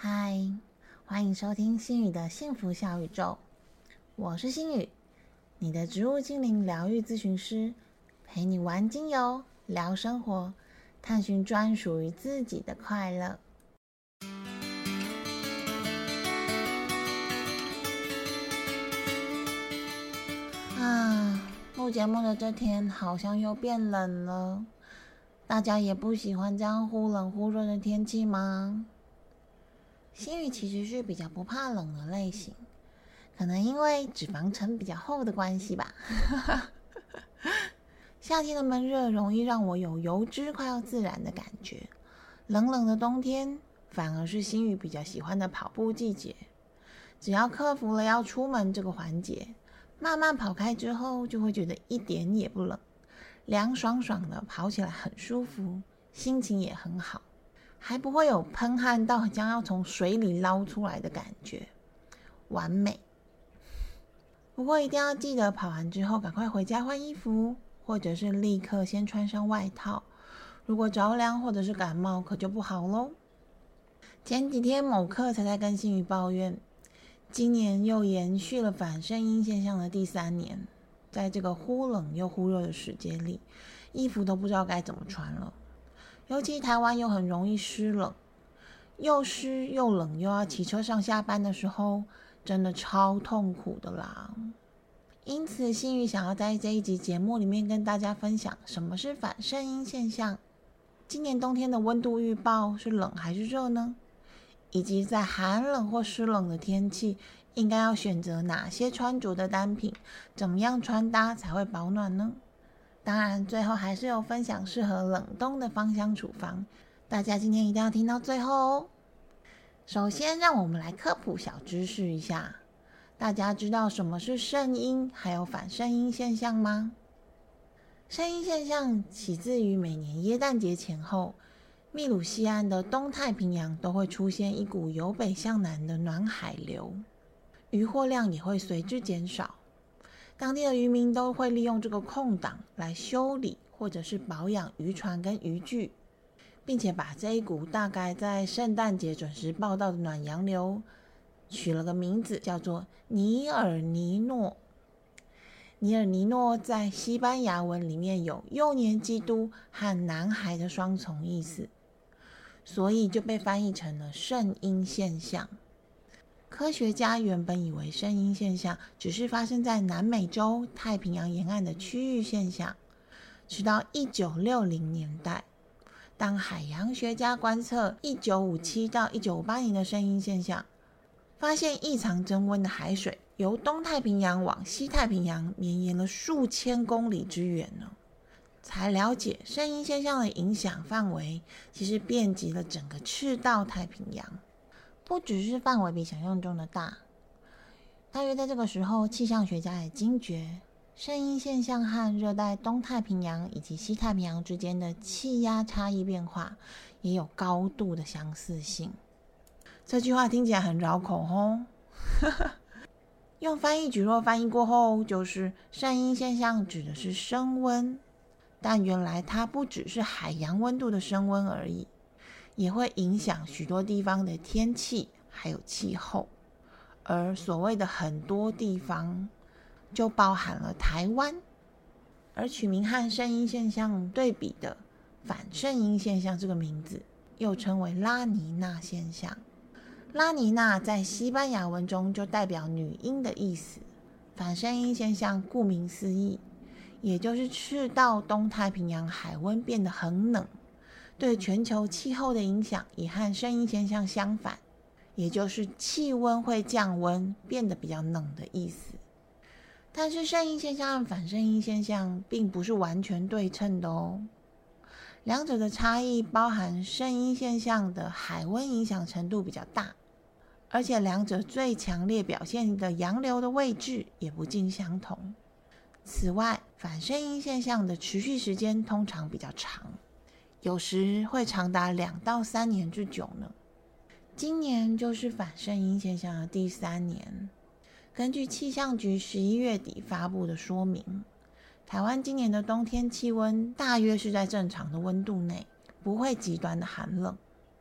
嗨，欢迎收听星宇的幸福小宇宙，我是星宇，你的植物精灵疗愈咨询师，陪你玩精油，聊生活，探寻专属于自己的快乐。录节目的这天好像又变冷了，大家也不喜欢这样忽冷忽热的天气吗？星宇其实是比较不怕冷的类型，可能因为脂肪层比较厚的关系吧。夏天的闷热容易让我有油脂快要自燃的感觉，冷冷的冬天反而是星宇比较喜欢的跑步季节。只要克服了要出门这个环节，慢慢跑开之后就会觉得一点也不冷，凉爽爽的跑起来很舒服，心情也很好，还不会有喷汗到将要从水里捞出来的感觉，完美。不过一定要记得跑完之后赶快回家换衣服，或者是立刻先穿上外套，如果着凉或者是感冒可就不好咯。前几天某课才在跟星宇抱怨，今年又延续了反圣婴现象的第3年，在这个忽冷又忽热的时节里，衣服都不知道该怎么穿了。尤其台湾又很容易湿冷，又湿又冷又要骑车上下班的时候，真的超痛苦的啦。因此星宇想要在这一集节目里面跟大家分享什么是反圣婴现象，今年冬天的温度预报是冷还是热呢？以及在寒冷或湿冷的天气应该要选择哪些穿着的单品，怎么样穿搭才会保暖呢？当然最后还是有分享适合冷冻的芳香处方，大家今天一定要听到最后哦。首先让我们来科普小知识一下，大家知道什么是圣婴还有反圣婴现象吗？圣婴现象起自于每年耶诞节前后，秘鲁西岸的东太平洋都会出现一股由北向南的暖海流，渔获量也会随之减少。当地的渔民都会利用这个空档来修理或者是保养渔船跟渔具，并且把这一股大概在圣诞节准时报道的暖洋流取了个名字，叫做尼尔尼诺。尼尔尼诺在西班牙文里面有幼年基督和男孩的双重意思，所以就被翻译成了圣婴现象。科学家原本以为圣婴现象只是发生在南美洲太平洋沿岸的区域现象，直到1960年代，当海洋学家观测1957到1958年的圣婴现象，发现异常增温的海水由东太平洋往西太平洋绵延了数千公里之远呢，才了解圣婴现象的影响范围其实遍及了整个赤道太平洋，不只是范围比想象中的大。大约在这个时候，气象学家也惊觉圣婴现象和热带东太平洋以及西太平洋之间的气压差异变化也有高度的相似性。这句话听起来很绕口哦。用翻译举若翻译过后，就是圣婴现象指的是升温，但原来它不只是海洋温度的升温而已，也会影响许多地方的天气还有气候。而所谓的很多地方就包含了台湾，而取名和圣婴现象对比的反圣婴现象这个名字又称为拉尼娜现象。拉尼娜在西班牙文中就代表女婴的意思，反圣婴现象顾名思义，也就是赤道东太平洋海温变得很冷，对全球气候的影响也和圣婴现象相反，也就是气温会降温，变得比较冷的意思。但是圣婴现象和反圣婴现象并不是完全对称的哦，两者的差异包含圣婴现象的海温影响程度比较大，而且两者最强烈表现的洋流的位置也不尽相同。此外，反圣婴现象的持续时间通常比较长，有时会长达2到3年之久呢。今年就是反圣婴现象的第3年。根据气象局11月底发布的说明，台湾今年的冬天气温大约是在正常的温度内，不会极端的寒冷。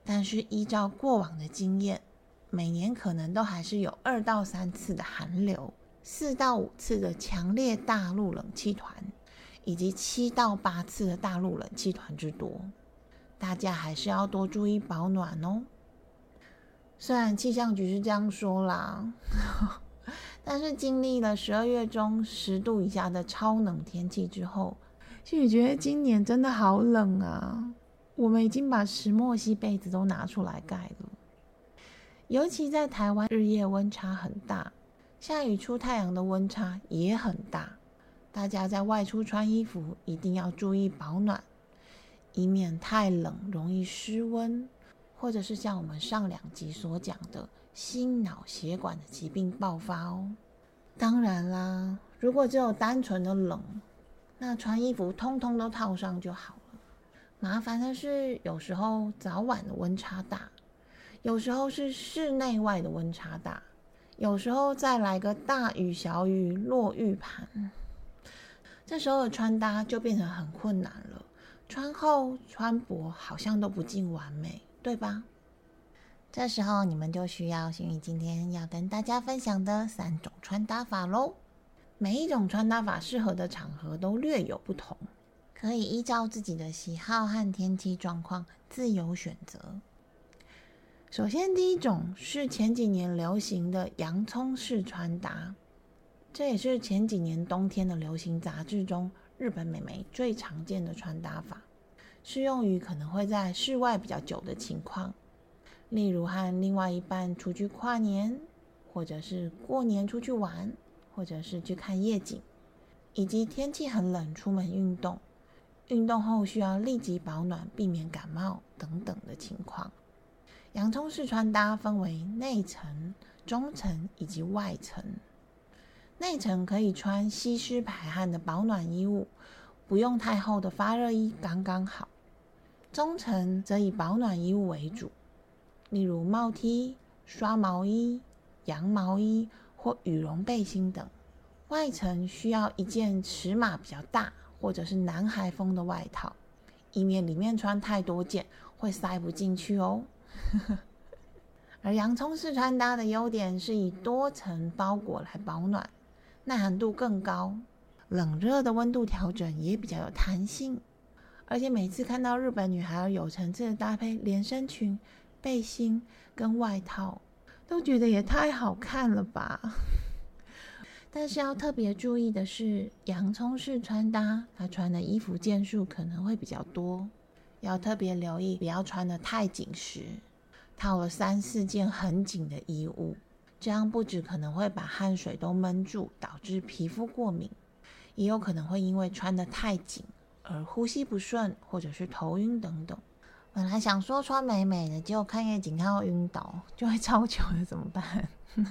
但是依照过往的经验，每年可能都还是有2到3次的寒流，4到5次的强烈大陆冷气团，以及7到8次的大陆冷气团之多。大家还是要多注意保暖哦。虽然气象局是这样说啦，但是经历了12月中10度以下的超冷天气之后，心里觉得今年真的好冷啊。我们已经把石墨烯被子都拿出来盖了。尤其在台湾，日夜温差很大，下雨出太阳的温差也很大。大家在外出穿衣服一定要注意保暖，以免太冷容易失温，或者是像我们上2集所讲的心脑血管的疾病爆发哦。当然啦，如果只有单纯的冷，那穿衣服通通都套上就好了。麻烦的是，有时候早晚的温差大，有时候是室内外的温差大，有时候再来个大雨小雨落雨盘，这时候的穿搭就变成很困难了，穿厚穿薄好像都不尽完美，对吧？这时候你们就需要心语今天要跟大家分享的3种穿搭法咯。每一种穿搭法适合的场合都略有不同，可以依照自己的喜好和天气状况自由选择。首先第一种是前几年流行的洋葱式穿搭，这也是前几年冬天的流行杂志中日本美眉最常见的穿搭法，适用于可能会在室外比较久的情况，例如和另外一半出去跨年，或者是过年出去玩，或者是去看夜景，以及天气很冷出门运动，运动后需要立即保暖避免感冒等等的情况。洋葱式穿搭分为内层、中层以及外层。内层可以穿吸湿排汗的保暖衣物，不用太厚的发热衣刚刚好。中层则以保暖衣物为主，例如帽 T、刷毛衣、羊毛衣或羽绒背心等。外层需要一件尺码比较大或者是男孩风的外套，以免里面穿太多件会塞不进去哦。而洋葱式穿搭的优点是以多层包裹来保暖，耐寒度更高，冷热的温度调整也比较有弹性。而且每次看到日本女孩有层次的搭配连身裙、背心跟外套，都觉得也太好看了吧。但是要特别注意的是，洋葱式穿搭她穿的衣服件数可能会比较多，要特别留意不要穿得太紧实，套了3-4件很紧的衣物，这样不只可能会把汗水都闷住，导致皮肤过敏，也有可能会因为穿得太紧而呼吸不顺或者是头晕等等。本来想说穿美美的，结果看夜景看到晕倒，就会超糗的怎么办？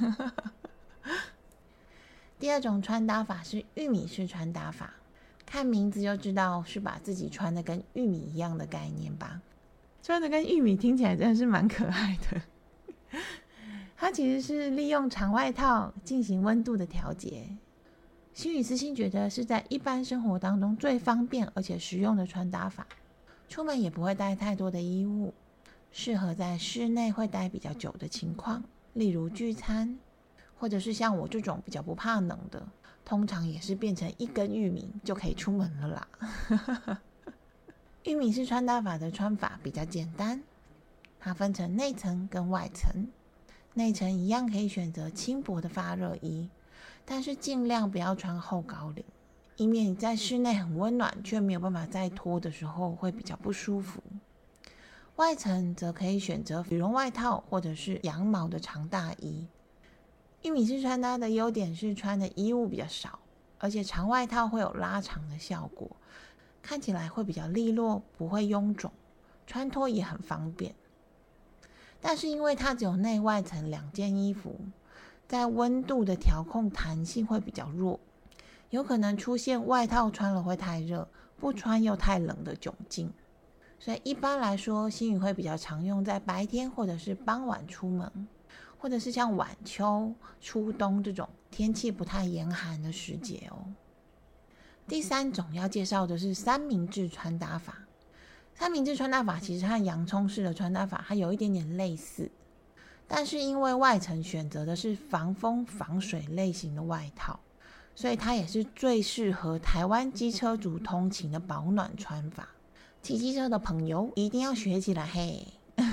第二种穿搭法是玉米式穿搭法，看名字就知道是把自己穿的跟玉米一样的概念吧。穿的跟玉米听起来真的是蛮可爱的。它其实是利用长外套进行温度的调节。心语私心觉得是在一般生活当中最方便而且实用的穿搭法，出门也不会带太多的衣物，适合在室内会待比较久的情况，例如聚餐，或者是像我这种比较不怕冷的，通常也是变成一根玉米就可以出门了啦。玉米式穿搭法的穿法比较简单，它分成内层跟外层。内层一样可以选择轻薄的发热衣，但是尽量不要穿厚高领，以免你在室内很温暖却没有办法再脱的时候会比较不舒服。外层则可以选择羽绒外套或者是羊毛的长大衣。玉米式穿搭的优点是穿的衣物比较少，而且长外套会有拉长的效果，看起来会比较利落，不会臃肿，穿脱也很方便。但是因为它只有内外层2件衣服，在温度的调控弹性会比较弱，有可能出现外套穿了会太热，不穿又太冷的窘境。所以一般来说，心语会比较常用在白天或者是傍晚出门，或者是像晚秋、初冬这种天气不太严寒的时节哦。第3种要介绍的是三明治穿搭法。 三明治穿搭法其实和洋葱式的穿搭法还有一点点类似，但是因为外层选择的是防风防水类型的外套，所以它也是最适合台湾机车族通勤的保暖穿法。骑机车的朋友一定要学起来嘿！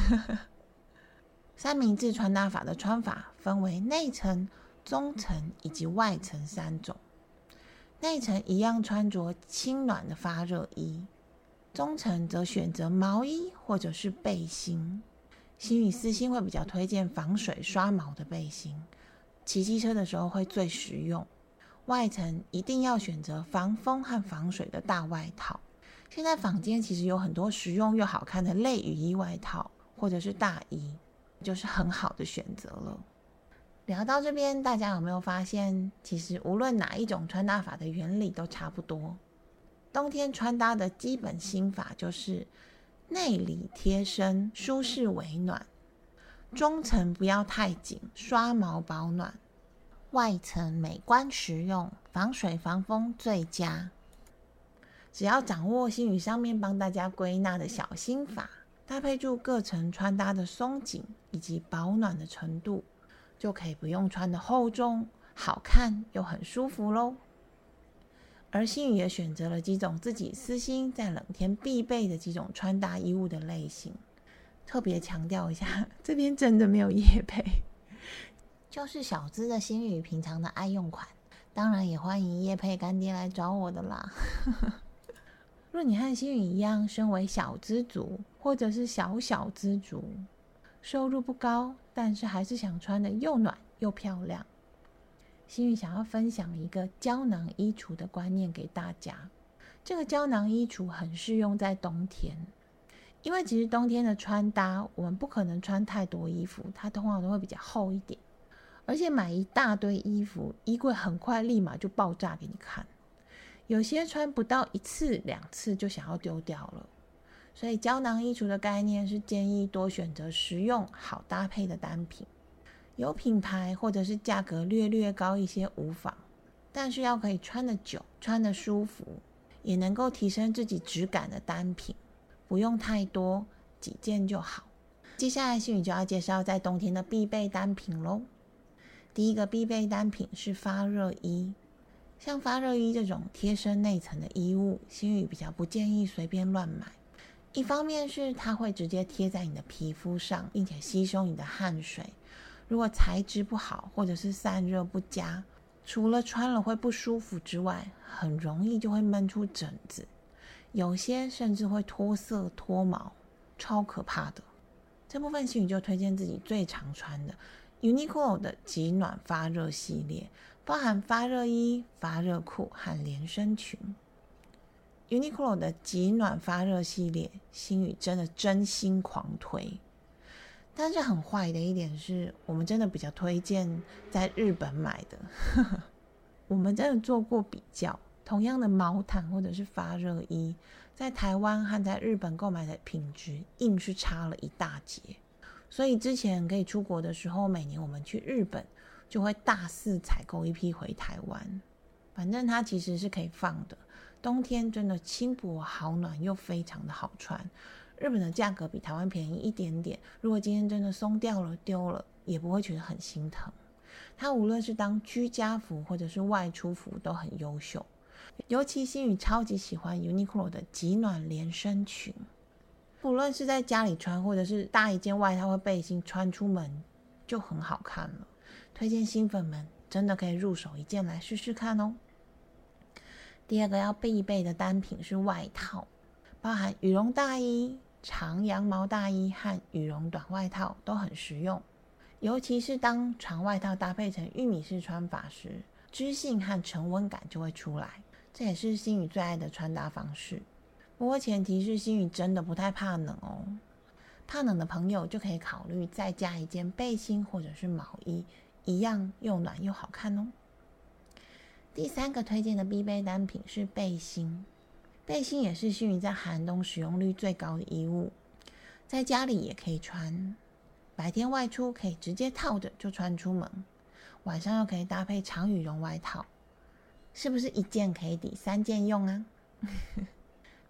三明治穿搭法的穿法分为内层、中层以及外层3种。内层一样穿着轻暖的发热衣，中层则选择毛衣或者是背心。星宇私心会比较推荐防水刷毛的背心，骑机车的时候会最实用。外层一定要选择防风和防水的大外套。现在坊间其实有很多实用又好看的类雨衣外套或者是大衣，就是很好的选择了。聊到这边，大家有没有发现，其实无论哪一种穿搭法的原理都差不多。冬天穿搭的基本心法就是内里贴身，舒适为暖；中层不要太紧，刷毛保暖；外层美观实用，防水防风最佳。只要掌握星宇上面帮大家归纳的小心法，搭配住各层穿搭的松紧以及保暖的程度，就可以不用穿的厚重，好看又很舒服咯。而星宇也选择了几种自己私心在冷天必备的几种穿搭衣物的类型。特别强调一下，这边真的没有业配，就是小资的星宇平常的爱用款，当然也欢迎业配干爹来找我的啦。若你和星宇一样身为小资族或者是小资族，收入不高但是还是想穿的又暖又漂亮，星宇想要分享一个胶囊衣橱的观念给大家。这个胶囊衣橱很适用在冬天，因为其实冬天的穿搭我们不可能穿太多衣服，它通常都会比较厚一点，而且买一大堆衣服，衣柜很快立马就爆炸给你看，有些穿不到1次2次就想要丢掉了。所以胶囊衣橱的概念是建议多选择实用好搭配的单品，有品牌或者是价格略高一些无妨，但是要可以穿得久，穿得舒服，也能够提升自己质感的单品，不用太多，几件就好。接下来星宇就要介绍在冬天的必备单品咯。第一个必备单品是发热衣。像发热衣这种贴身内层的衣物，星宇比较不建议随便乱买。一方面是它会直接贴在你的皮肤上，并且吸收你的汗水，如果材质不好或者是散热不佳，除了穿了会不舒服之外，很容易就会闷出疹子，有些甚至会脱色脱毛，超可怕的。这部分星宇就推荐自己最常穿的 Uniqlo 的极暖发热系列，包含发热衣、发热裤和连身裙。Uniqlo 的极暖发热系列，星宇真的真心狂推。但是很坏的一点是，我们真的比较推荐在日本买的。我们真的做过比较，同样的毛毯或者是发热衣，在台湾和在日本购买的品质硬是差了一大截。所以之前可以出国的时候，每年我们去日本就会大肆采购一批回台湾。反正它其实是可以放的，冬天真的轻薄好暖又非常的好穿。日本的价格比台湾便宜一点点，如果今天真的松掉了丢了，也不会觉得很心疼。它无论是当居家服或者是外出服都很优秀。尤其星宇超级喜欢 Uniqlo 的极暖连身裙，无论是在家里穿或者是搭一件外套或背心穿出门就很好看了。推荐新粉们真的可以入手一件来试试看哦。第二个要必备的单品是外套，包含羽绒大衣、长羊毛大衣和羽绒短外套都很实用，尤其是当长外套搭配成玉米式穿法时，知性和沉稳感就会出来，这也是星宇最爱的穿搭方式。不过前提是星宇真的不太怕冷哦，怕冷的朋友就可以考虑再加一件背心或者是毛衣，一样又暖又好看哦。第三个推荐的必备单品是背心。背心也是星宇在寒冬使用率最高的衣物，在家里也可以穿，白天外出可以直接套着就穿出门，晚上又可以搭配长羽绒外套，是不是一件可以抵3件用啊？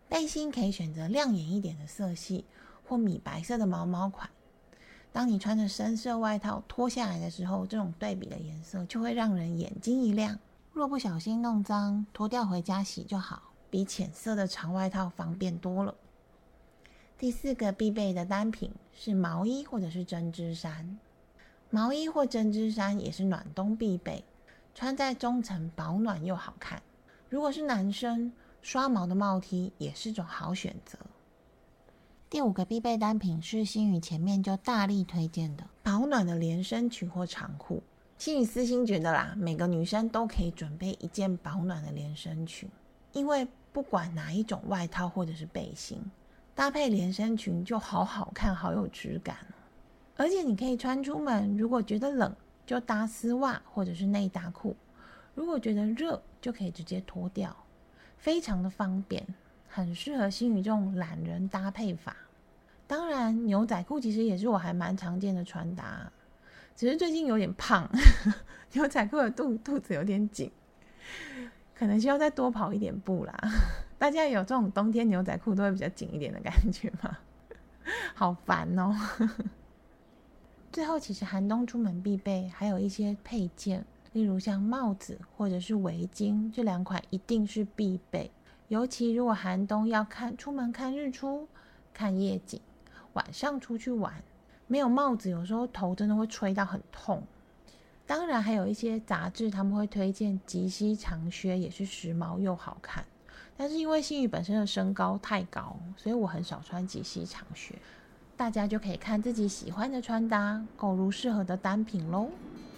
背心可以选择亮眼一点的色系或米白色的毛毛款。当你穿着深色外套脱下来的时候，这种对比的颜色就会让人眼睛一亮。若不小心弄脏，脱掉回家洗就好，比浅色的长外套方便多了。第4个必备的单品是毛衣或者是针织衫。毛衣或针织衫也是暖冬必备，穿在中层保暖又好看。如果是男生，刷毛的帽 T 也是种好选择。第5个必备单品是星宇前面就大力推荐的保暖的连身裙或长裤。星宇私心觉得啦，每个女生都可以准备一件保暖的连身裙，因为不管哪一种外套或者是背心，搭配连身裙就好好看，好有质感哦。而且你可以穿出门，如果觉得冷就搭丝袜或者是内搭裤，如果觉得热就可以直接脱掉，非常的方便，很适合星宇这种懒人搭配法。当然牛仔裤其实也是我还蛮常见的穿搭，只是最近有点胖牛仔裤的肚子有点紧，可能需要再多跑一点步啦。大家有这种冬天牛仔裤都会比较紧一点的感觉吗？好烦哦最后其实寒冬出门必备还有一些配件，例如像帽子或者是围巾，这2款一定是必备。尤其如果寒冬要出门看日出、看夜景，晚上出去玩，没有帽子有时候头真的会吹到很痛。当然还有一些杂志他们会推荐及膝长靴，也是时髦又好看。但是因为星宇本身的身高太高，所以我很少穿及膝长靴。大家就可以看自己喜欢的穿搭，购入适合的单品咯。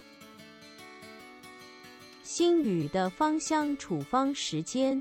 星宇的芳香处方时间，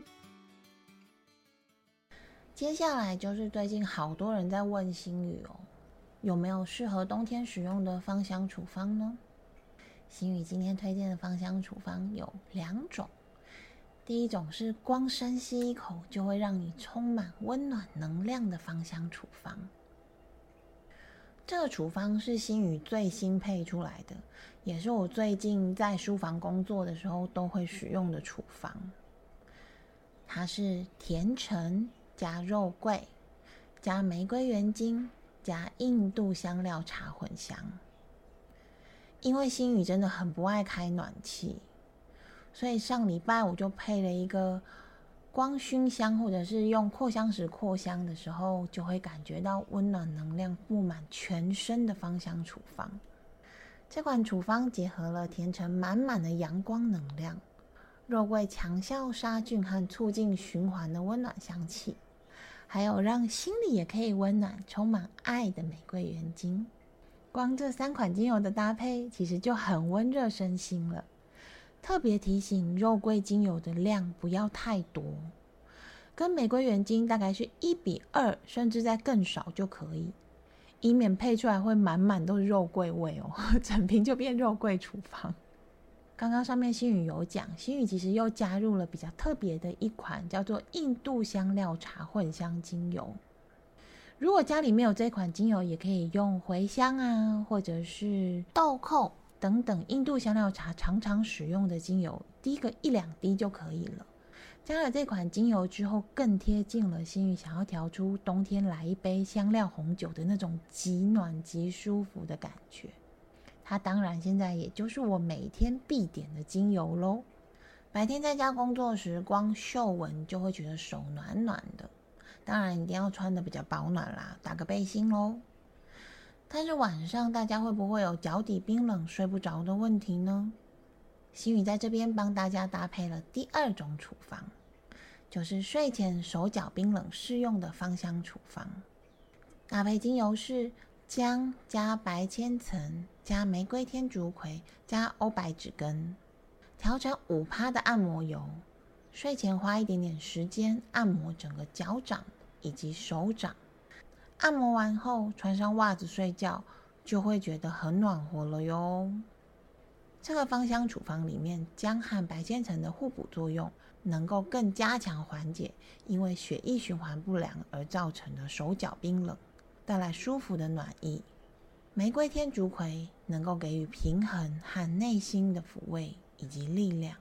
接下来就是最近好多人在问星宇有没有适合冬天使用的芳香处方呢？星宇今天推荐的芳香处方有2种。第一种是光深吸一口就会让你充满温暖能量的芳香处方。这个处方是星宇最新配出来的，也是我最近在书房工作的时候都会使用的处方。它是甜橙加肉桂加玫瑰原精加印度香料茶混香。因为星宇真的很不爱开暖气，所以上礼拜我就配了一个光熏香或者是用扩香石扩香的时候，就会感觉到温暖能量布满全身的芳香处方。这款处方结合了甜橙满满的阳光能量，肉桂强效杀菌和促进循环的温暖香气，还有让心里也可以温暖充满爱的玫瑰原精。光这3款精油的搭配其实就很温热身心了。特别提醒肉桂精油的量不要太多，跟玫瑰原精大概是1:2，甚至再更少就可以，以免配出来会满满都是肉桂味整瓶就变肉桂处方。刚刚上面星宇有讲，星宇其实又加入了比较特别的一款叫做印度香料茶混香精油。如果家里没有这款精油，也可以用茴香啊，或者是豆蔻等等印度香料茶常常使用的精油，滴个1-2滴就可以了。加了这款精油之后，更贴近了星宇想要调出冬天来一杯香料红酒的那种极暖极舒服的感觉。它当然现在也就是我每天必点的精油咯。白天在家工作时，光嗅闻就会觉得手暖暖的，当然一定要穿的比较保暖啦，打个背心咯。但是晚上大家会不会有脚底冰冷睡不着的问题呢？星宇在这边帮大家搭配了第2种处方，就是睡前手脚冰冷适用的芳香处方。搭配精油是姜加白千层加玫瑰天竺葵加欧白芷根，调成5%的按摩油，睡前花一点点时间按摩整个脚掌以及手掌。按摩完后穿上袜子睡觉，就会觉得很暖和了哟。这个芳香处方里面姜和白千层的互补作用，能够更加强缓解因为血液循环不良而造成的手脚冰冷，带来舒服的暖意。玫瑰天竺葵能够给予平衡和内心的抚慰以及力量，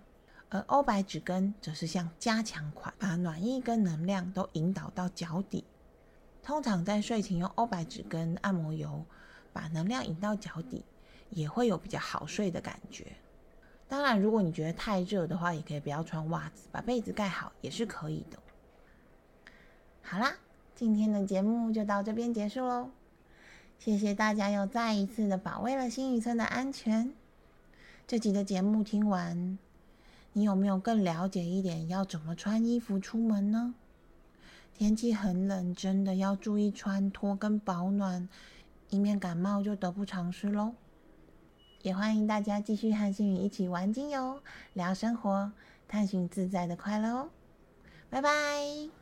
而欧白芷根则是像加强款，把暖意跟能量都引导到脚底。通常在睡前用欧白芷根按摩油把能量引到脚底，也会有比较好睡的感觉。当然，如果你觉得太热的话，也可以不要穿袜子，把被子盖好也是可以的。好啦，今天的节目就到这边结束咯。谢谢大家又再一次的保卫了新渔村的安全。这集的节目听完，你有没有更了解一点要怎么穿衣服出门呢？天气很冷，真的要注意穿脱跟保暖，以免感冒就得不偿失咯。也欢迎大家继续和星宇一起玩精油、聊生活、探寻自在的快乐哦。拜拜。